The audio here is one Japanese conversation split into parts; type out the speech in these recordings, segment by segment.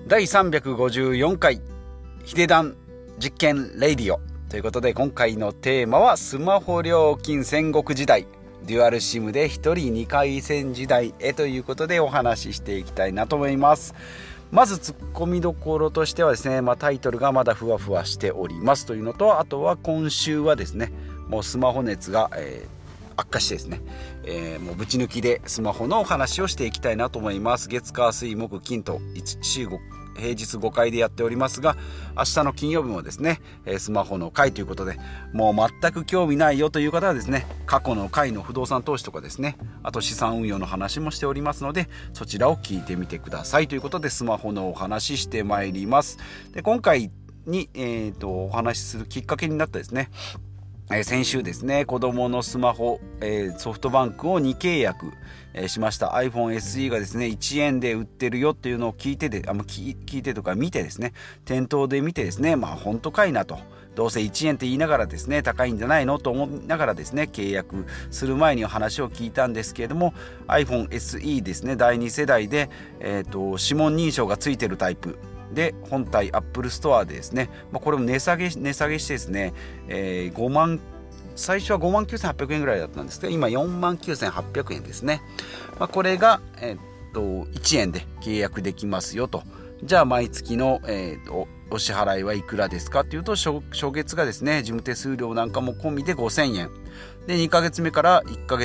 第354回ヒデダン実験レイディオということで、今回のテーマはスマホ料金戦国時代、デュアルシムで1人2回戦時代へということでお話ししていきたいなと思います。まずツッコミどころとしてはですね、タイトルがまだふわふわしておりますというのと、あとは今週はですね、もうスマホ熱が、悪化してですね、もうぶち抜きでスマホのお話をしていきたいなと思います。月火水木金と平日5回でやっておりますが、明日の金曜日もですね、スマホの回ということで、もう全く興味ないよという方はですね、過去の回の不動産投資とかですね、あと資産運用の話もしておりますので、そちらを聞いてみてくださいということで、スマホのお話してまいります。で、今回に、お話しするきっかけになったですね、先週ですね、子供のスマホ、ソフトバンクを2契約、しました。 iPhone SE がですね1円で売ってるよっていうのを聞いてとか見てですね、店頭で見てですね、本当かいなと、どうせ1円って言いながらですね、高いんじゃないのと思いながらですね、契約する前に話を聞いたんですけれども、 iPhone SE ですね、第2世代で、指紋認証がついてるタイプで、本体 Apple Store でですね、これも値下げしてですね、最初は59,800円ぐらいだったんですけど、今49,800円ですね。これが、1円で契約できますよと。じゃあ毎月の、お支払いはいくらですかというと、初月がですね、事務手数料なんかも込みで5,000円で、2ヶ月目から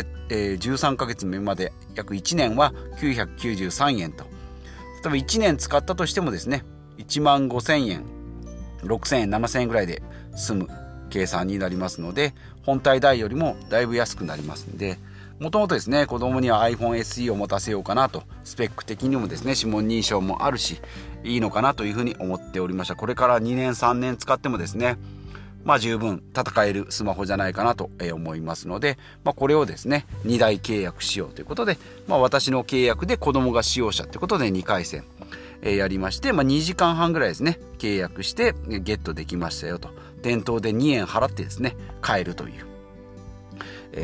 13ヶ月目まで約1年は993円と。例えば1年使ったとしてもですね、15,000円、6,000円、7,000円ぐらいで済む計算になりますので、本体代よりもだいぶ安くなりますので、もともとですね、子供には iPhone SE を持たせようかなと、スペック的にもですね、指紋認証もあるしいいのかなというふうに思っておりました。これから2年3年使ってもですね、十分戦えるスマホじゃないかなと思いますので、これをですね2台契約しようということで、私の契約で子供が使用者ということで2回戦やりまして、2時間半ぐらいですね契約してゲットできましたよと。店頭で2円払ってですね買えるという、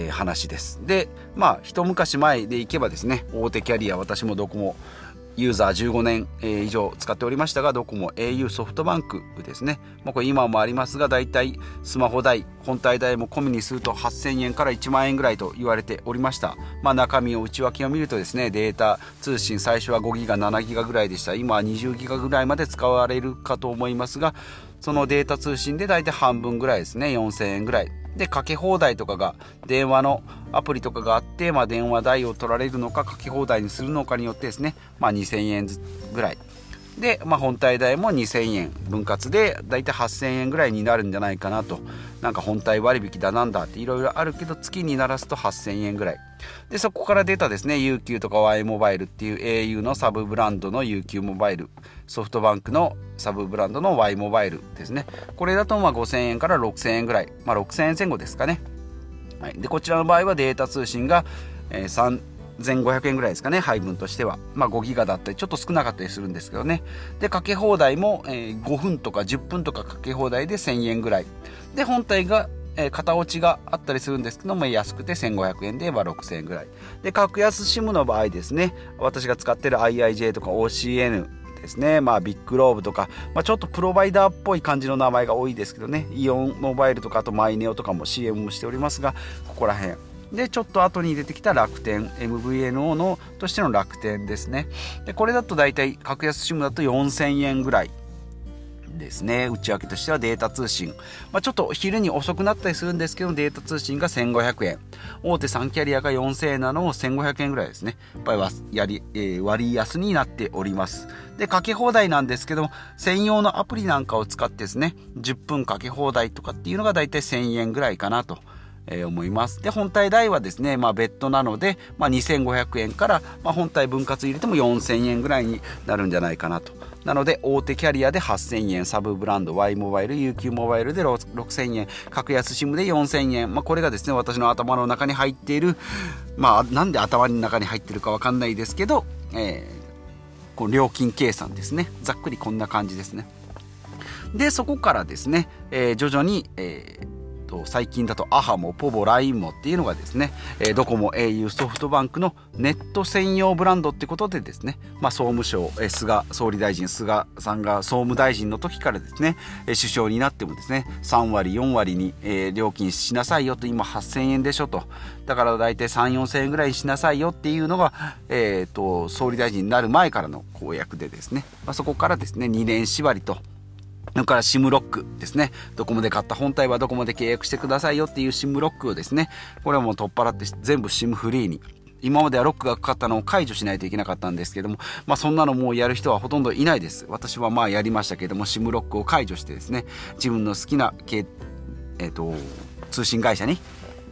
話です。で、一昔前でいけばですね、大手キャリア、私もドコモユーザー15年以上使っておりましたが、ドコモ、au、ソフトバンクですね、これ今もありますが、だいたいスマホ代、本体代も込みにすると8,000円から1万円ぐらいと言われておりました。中身を内訳を見るとですね、データ通信、最初は5ギガ7ギガぐらいでした。今は20ギガぐらいまで使われるかと思いますが、そのデータ通信でだいたい半分ぐらいですね、4,000円ぐらいで、かけ放題とかが、電話のアプリとかがあって、電話代を取られるのかかけ放題にするのかによってですね、2,000円ぐらいで、本体代も2,000円分割でだいたい8,000円ぐらいになるんじゃないかなと。なんか本体割引だなんだっていろいろあるけど、月にならすと8,000円ぐらいで、そこから出たですね UQ とか Y モバイルっていう au のサブブランドの UQ モバイル、ソフトバンクのサブブランドの Y モバイルですね。これだと5,000円から6,000円ぐらい、6,000円前後ですかね。で、こちらの場合はデータ通信が、3,500円ぐらいですかね、配分としては。5ギガだったりちょっと少なかったりするんですけどね。で、かけ放題も、5分とか10分とかかけ放題で1,000円ぐらいで、本体が型落ちがあったりするんですけども、安くて1,500円で6,000円ぐらいで、格安 SIM の場合ですね、私が使ってる IIJ とか OCNですね、ビッグローブとか、ちょっとプロバイダーっぽい感じの名前が多いですけどね、イオンモバイルとか、あとマイネオとかも CM もしておりますが、ここら辺でちょっと後に出てきた楽天 MVNO のとしての楽天ですね。で、これだとだいたい格安 SIM だと4,000円ぐらいですね。内訳としてはデータ通信、ちょっと昼に遅くなったりするんですけど、データ通信が1,500円、大手3キャリアが4,000円なのを1,500円ぐらいですね、やっぱり割安になっております。で、かけ放題なんですけど、専用のアプリなんかを使ってですね、10分かけ放題とかっていうのがだいたい1,000円ぐらいかなと思います。で、本体代はですね、別途なので、2,500円から、本体分割入れても4,000円ぐらいになるんじゃないかなと。なので、大手キャリアで8,000円、サブブランド Y モバイル、UQ モバイルで6,000円、格安 SIM で4,000円。これがですね、私の頭の中に入っている、なんで頭の中に入っているかわかんないですけど、こう料金計算ですね。ざっくりこんな感じですね。で、そこからですね、徐々に、 最近だとアハもポボ LINE もっていうのがですね、ドコモ au ソフトバンクのネット専用ブランドってことでですね、総務省、菅総理大臣菅さんが総務大臣の時からですね、首相になってもですね3割4割に、料金しなさいよと、今8000円でしょと、だから大体3、4000円ぐらいにしなさいよっていうのが、総理大臣になる前からの公約でですね、そこからですね2年縛りと、それから SIM ロックですね、ドコモで買った本体はドコモで契約してくださいよっていう SIM ロックをですね、これはもう取っ払って全部 SIM フリーに、今まではロックがかかったのを解除しないといけなかったんですけども、そんなのもうやる人はほとんどいないです。私はやりましたけども、 SIM ロックを解除してですね、自分の好きな通信会社に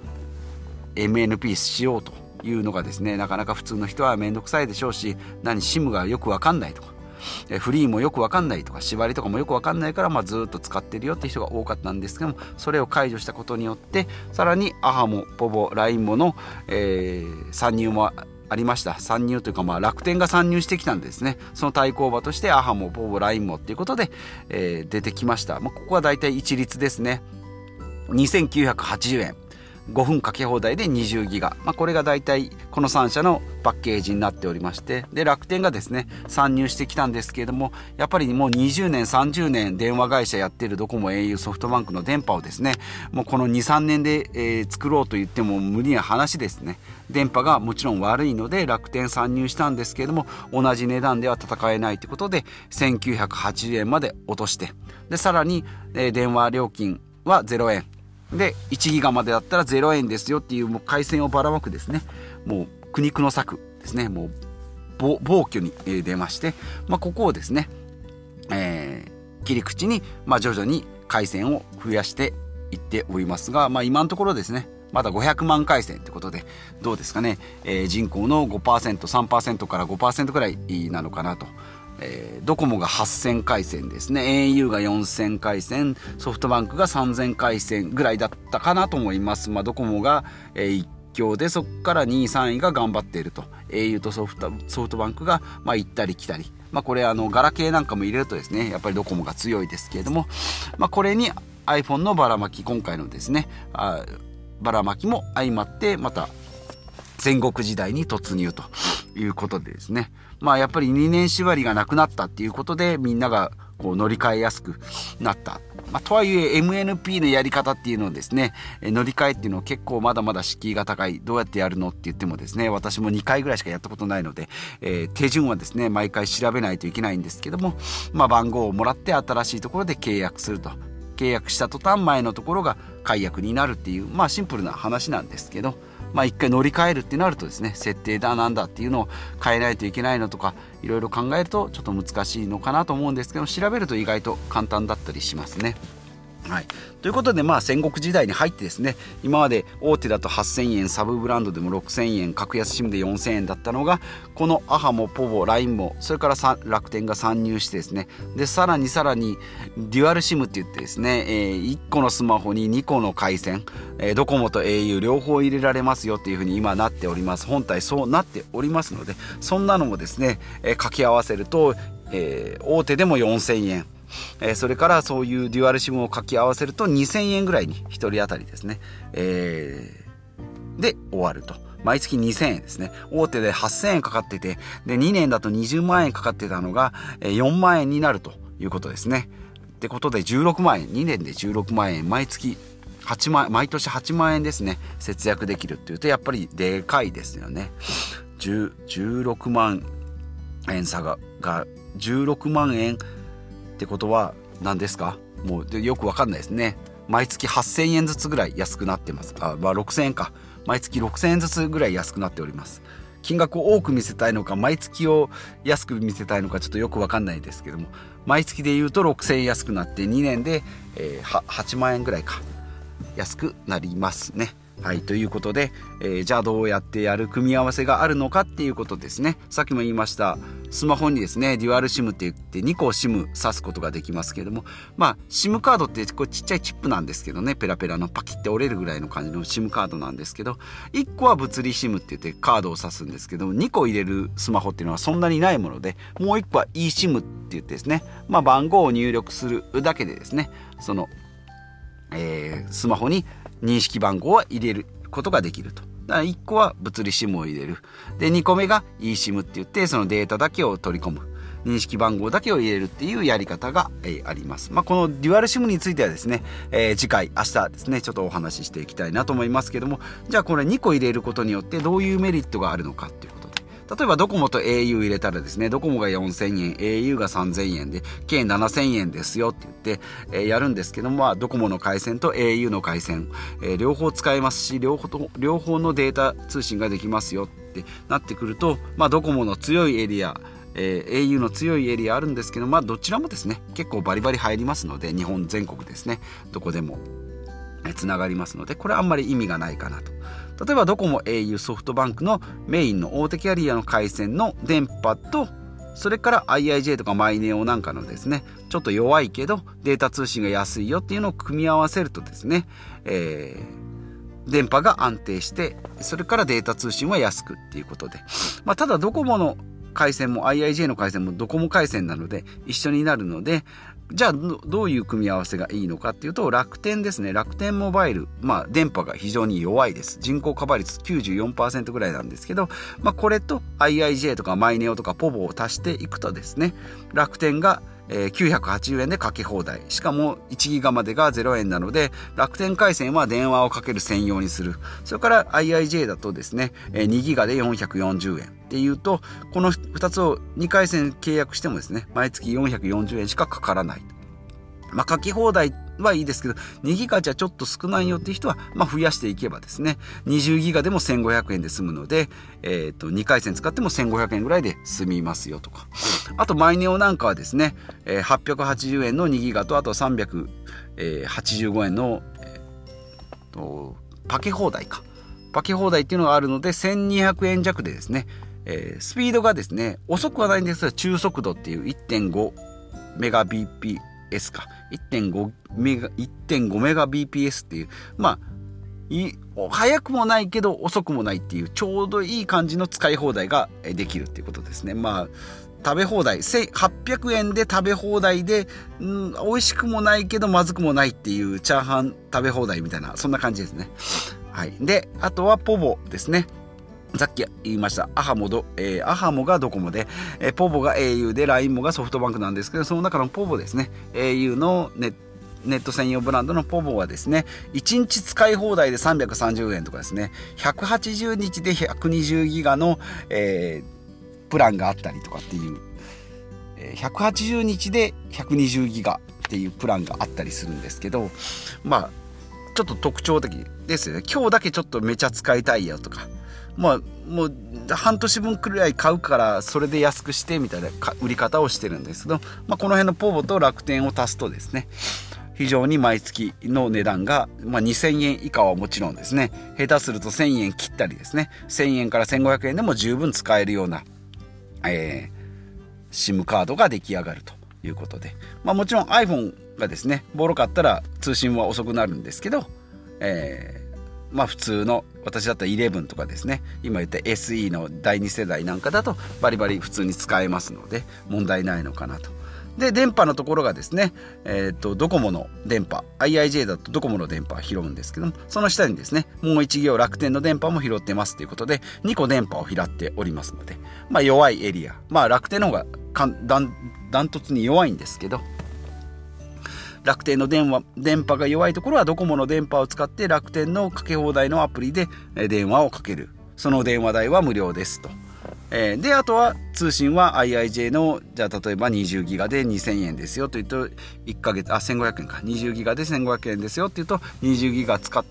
MNP しようというのがですね、なかなか普通の人はめんどくさいでしょうし、SIM がよくわかんないとか、フリーもよくわかんないとか、縛りとかもよくわかんないから、ずっと使ってるよって人が多かったんですけども、それを解除したことによって、さらにアハもポボ LINE もの、参入もありました。参入というか、楽天が参入してきたんですね。その対抗馬としてアハもポボ LINE もっていうことで、出てきました。ここはだいたい一律ですね、2980円、5分かけ放題で20ギガ、これがだいたいこの3社のパッケージになっておりまして、で楽天がですね参入してきたんですけれども、やっぱりもう20年30年電話会社やってるドコモ au ソフトバンクの電波をですね、もうこの 2,3 年で、作ろうと言っても無理な話ですね。電波がもちろん悪いので楽天参入したんですけれども、同じ値段では戦えないということで1980円まで落として、でさらに、電話料金は0円で1ギガまでだったら0円ですよっていう、もう回線をばらまくですね、もう苦肉の策ですね、もう暴挙に出まして、ここをですね、切り口に、徐々に回線を増やしていっておりますが、今のところですね、まだ500万回線ということで、どうですかね、人口の 5%、3% から 5% くらいなのかなと。ドコモが8000回線ですね、 au が4000回線、ソフトバンクが3000回線ぐらいだったかなと思います。ドコモが、一強で、そこから2位3位が頑張っていると、 au とソフトバンクが行ったり来たり、これガラケーなんかも入れるとですね、やっぱりドコモが強いですけれども、これに iPhone のばらまき、今回のですねばらまきも相まって、また戦国時代に突入ということでですね、やっぱり2年縛りがなくなったっていうことで、みんながこう乗り換えやすくなった。とはいえ MNP のやり方っていうのをですね、乗り換えっていうのは結構まだまだ敷居が高い。どうやってやるのって言ってもですね、私も2回ぐらいしかやったことないので、手順はですね毎回調べないといけないんですけども、番号をもらって新しいところで契約すると、契約した途端前のところが解約になるっていう、シンプルな話なんですけど、一回乗り換えるってなるとですね、設定だなんだっていうのを変えないといけないのとか、いろいろ考えるとちょっと難しいのかなと思うんですけど、調べると意外と簡単だったりしますね。はい、ということで戦国時代に入ってですね、今まで大手だと8000円、サブブランドでも6000円、格安 SIM で4000円だったのが、このアハもポボ LINE も、それから楽天が参入してですね、でさらにデュアル SIM って言ってですね、1個のスマホに2個の回線、ドコモと au 両方入れられますよっていう風に今なっております。本体そうなっておりますので、そんなのもですね、掛け合わせると、大手でも4000円、それからそういうデュアル SIM を掛け合わせると2000円ぐらいに1人当たりですね、で終わると。毎月2000円ですね。大手で8000円かかってて、で2年だと20万円かかってたのが4万円になるということですね。ってことで16万円、2年で16万円、毎年8万円ですね、節約できるっていうと、やっぱりでかいですよね。16万円差が16万円ってことは何ですか？もうよくわかんないですね。毎月8000円ずつぐらい安くなってます。6000円か。毎月6000円ずつぐらい安くなっております。金額を多く見せたいのか、毎月を安く見せたいのか、ちょっとよくわかんないですけども、毎月で言うと6000円安くなって、2年で、8万円ぐらいか安くなりますね。はい、ということで、じゃあどうやってやる組み合わせがあるのかっていうことですね。さっきも言いました、スマホにですね、デュアル SIM って言って2個 SIM 挿すことができますけれども、SIM カードってこれちっちゃいチップなんですけどね、ペラペラのパキって折れるぐらいの感じの SIM カードなんですけど、1個は物理 SIM って言ってカードを挿すんですけど、2個入れるスマホっていうのはそんなにないもので、もう1個は eSIM って言ってですね、番号を入力するだけでですね、そのスマホに認識番号は入れることができると。だから1個は物理 SIM を入れる。で、2個目が eSIM って言って、そのデータだけを取り込む。認識番号だけを入れるっていうやり方が、あります。このデュアル SIM についてはですね、次回、明日ですね、ちょっとお話ししていきたいなと思いますけども、じゃあこれ2個入れることによってどういうメリットがあるのかっていうことで。例えばドコモと au 入れたらですね、ドコモが4000円、au が3000円で、計7000円ですよって言って、やるんですけども、ドコモの回線と au の回線、両方使えますし、両方のデータ通信ができますよってなってくると、ドコモの強いエリア、au の強いエリアあるんですけど、どちらもですね、結構バリバリ入りますので、日本全国ですね、どこでもつながりますので、これはあんまり意味がないかなと。例えばドコモ、au、ソフトバンクのメインの大手キャリアの回線の電波と、それから IIJ とかマイネオなんかのですね、ちょっと弱いけどデータ通信が安いよっていうのを組み合わせるとですね、電波が安定して、それからデータ通信は安くっていうことで、ただドコモの回線も IIJ の回線もドコモ回線なので一緒になるので、じゃあどういう組み合わせがいいのかっていうと、楽天ですね。楽天モバイル、電波が非常に弱いです。人口カバー率 94% ぐらいなんですけど、これと IIJ とかマイネオとかポボを足していくとですね、楽天が980円でかけ放題。しかも1ギガまでが0円なので、楽天回線は電話をかける専用にする。それから IIJ だとですね、2ギガで440円っていうと、この2つを2回線契約してもですね、毎月440円しかかからない。かけ放題はいいですけど、2ギガじゃちょっと少ないよっていう人は、増やしていけばですね、20ギガでも1500円で済むので、2回線使っても1500円ぐらいで済みますよとか。あと、マイネオなんかはですね、880円の2ギガと、あと385円の、パケ放題か。パケ放題っていうのがあるので、1200円弱でですね、スピードがですね、遅くはないんですが、中速度っていう 1.5 メガ bps か。1.5 メガ bps っていう、早くもないけど遅くもないっていう、ちょうどいい感じの使い放題ができるっていうことですね。食べ放題、800円で食べ放題で、美味しくもないけどまずくもないっていうチャーハン食べ放題みたいな、そんな感じですね。はい。で、あとはポボですね。さっき言いましたアハモがドコモで、ポボが au で LINE もがソフトバンクなんですけど、その中のポボですね、au のネット専用ブランドのポボはですね、1日使い放題で330円とかですね、180日で120ギガの、プランがあったりとかっていう、180日で120ギガっていうプランがあったりするんですけど、ちょっと特徴的ですよね。今日だけちょっとめちゃ使いたいよとか、もう半年分くらい買うからそれで安くしてみたいな売り方をしてるんですけど、この辺のポボと楽天を足すとですね、非常に毎月の値段が、2000円以下はもちろんですね、下手すると1000円切ったりですね、1000円から1500円でも十分使えるような、SIM カードが出来上がるということで、もちろん iPhone がですね、ボロかったら通信は遅くなるんですけど、普通の私だったら11とかですね、今言った SE の第2世代なんかだとバリバリ普通に使えますので問題ないのかなと。で、電波のところがですね、ドコモの電波、IIJ だとドコモの電波を拾うんですけども、その下にですね、もう1行楽天の電波も拾ってますということで、2個電波を拾っておりますので、弱いエリア、楽天の方がダントツに弱いんですけど、楽天の電波が弱いところはドコモの電波を使って楽天のかけ放題のアプリで電話をかける。その電話代は無料ですと。で、あとは通信は IIJ の、じゃあ例えば20ギガで2000円ですよと言うと、1ヶ月、1500円か。20ギガで1500円ですよって言うと、20ギガ使って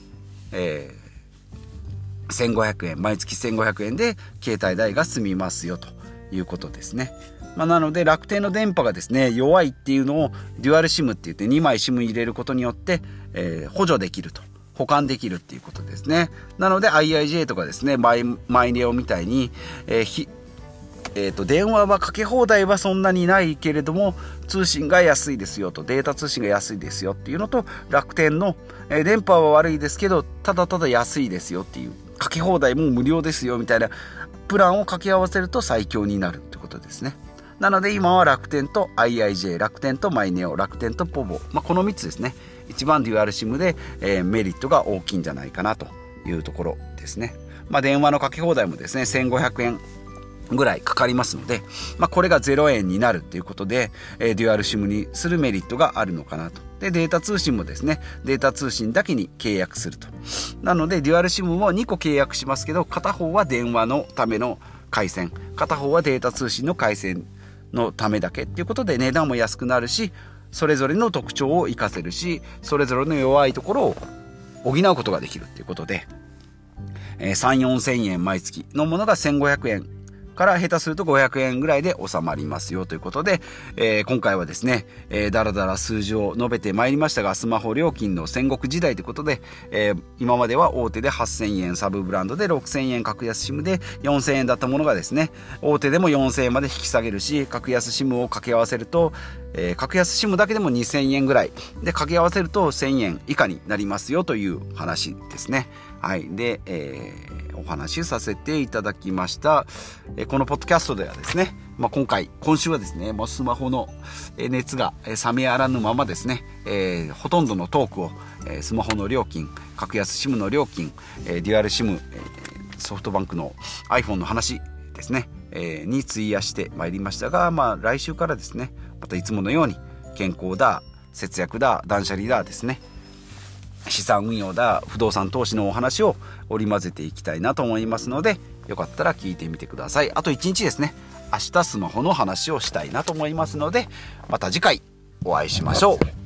、1500円、毎月1500円で携帯代が済みますよということですね。なので楽天の電波がですね、弱いっていうのをデュアル SIM って言って2枚 SIM 入れることによって、補助できると。保管できるっていうことですね。なので IIJ とかですね、マイネオみたいに、電話はかけ放題はそんなにないけれども通信が安いですよと、データ通信が安いですよっていうのと、楽天の、電波は悪いですけどただただ安いですよっていう、かけ放題も無料ですよみたいなプランを掛け合わせると最強になるってことですね。なので今は楽天と IIJ、楽天とマイネオ、楽天とポボ、この3つですね、 一番デュアルシムで、メリットが大きいんじゃないかなというところですね。電話のかけ放題もですね1500円ぐらいかかりますので、これが0円になるということで、デュアルシムにするメリットがあるのかなと。でデータ通信もですねデータ通信だけに契約すると。なのでデュアルシムも2個契約しますけど、片方は電話のための回線、片方はデータ通信の回線のためだけっていうことで、値段も安くなるし、それぞれの特徴を活かせるし、それぞれの弱いところを補うことができるっていうことで、3,000-4,000円毎月のものが1,500円から下手すると500円ぐらいで収まりますよということで、今回はですね、だらだら数字を述べてまいりましたが、スマホ料金の戦国時代ということで、今までは大手で8,000円、サブブランドで6,000円、格安シムで4,000円だったものがですね、大手でも4,000円まで引き下げるし、格安シムを掛け合わせると、格安シムだけでも2,000円ぐらいで掛け合わせると1,000円以下になりますよという話ですね。はい。で、お話しさせていただきました。このポッドキャストではですね、今週はですね、もうスマホの熱が冷めやらぬままですね、ほとんどのトークをスマホの料金、格安シムの料金、デュアルシム、ソフトバンクの iPhone の話ですね、に費やしてまいりましたが、来週からですね、またいつものように健康だ、節約だ、断捨離だですね、資産運用だ、不動産投資のお話を織り交ぜていきたいなと思いますので、よかったら聞いてみてください。あと1日ですね、明日スマホの話をしたいなと思いますので、また次回お会いしましょう。